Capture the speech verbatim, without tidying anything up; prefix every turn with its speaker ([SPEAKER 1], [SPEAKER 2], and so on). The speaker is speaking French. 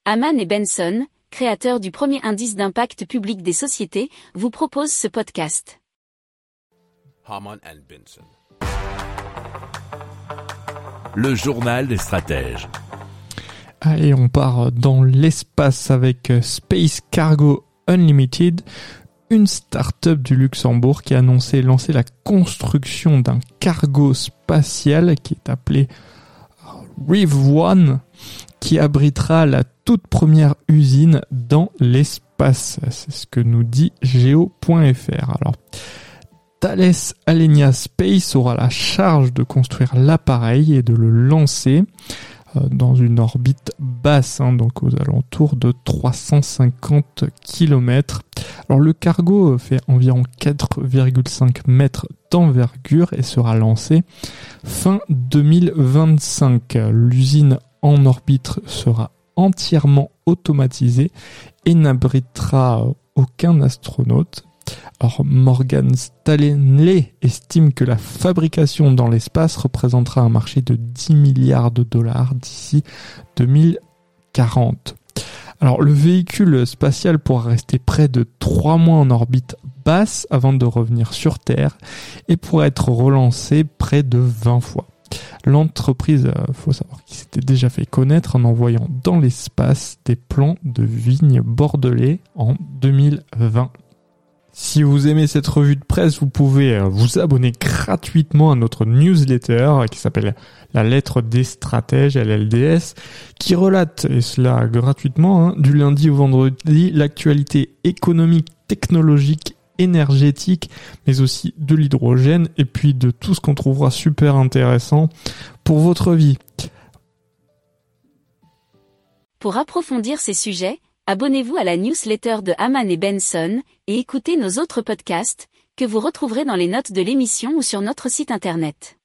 [SPEAKER 1] Hamann et Benson, créateurs du premier indice d'impact public des sociétés, vous proposent ce podcast.
[SPEAKER 2] Hamann and Benson. Le journal des stratèges.
[SPEAKER 3] Allez, on part dans l'espace avec Space Cargo Unlimited, une start-up du Luxembourg qui a annoncé lancer la construction d'un cargo spatial qui est appelé Reef One, qui abritera la toute première usine dans l'espace. C'est ce que nous dit Geo point F R. Alors, Thales Alenia Space aura la charge de construire l'appareil et de le lancer euh, dans une orbite basse, hein, donc aux alentours de trois cent cinquante kilomètres. Alors le cargo fait environ quatre virgule cinq mètres d'envergure et sera lancé fin deux mille vingt-cinq. L'usine en orbite sera entièrement automatisée et n'abritera aucun astronaute. Alors Morgan Stanley estime que la fabrication dans l'espace représentera un marché de dix milliards de dollars d'ici deux mille quarante. Alors le véhicule spatial pourra rester près de trois mois en orbite basse avant de revenir sur Terre et pourra être relancé près de vingt fois. L'entreprise, euh, faut savoir qu'il s'était déjà fait connaître en envoyant dans l'espace des plants de vignes bordelais en deux mille vingt. Si vous aimez cette revue de presse, vous pouvez vous abonner gratuitement à notre newsletter qui s'appelle La Lettre des Stratèges, L L D S, qui relate, et cela gratuitement, hein, du lundi au vendredi, l'actualité économique, technologique, énergétique, mais aussi de l'hydrogène, et puis de tout ce qu'on trouvera super intéressant pour votre vie.
[SPEAKER 1] Pour approfondir ces sujets, abonnez-vous à la newsletter de Hamann et Benson et écoutez nos autres podcasts que vous retrouverez dans les notes de l'émission ou sur notre site internet.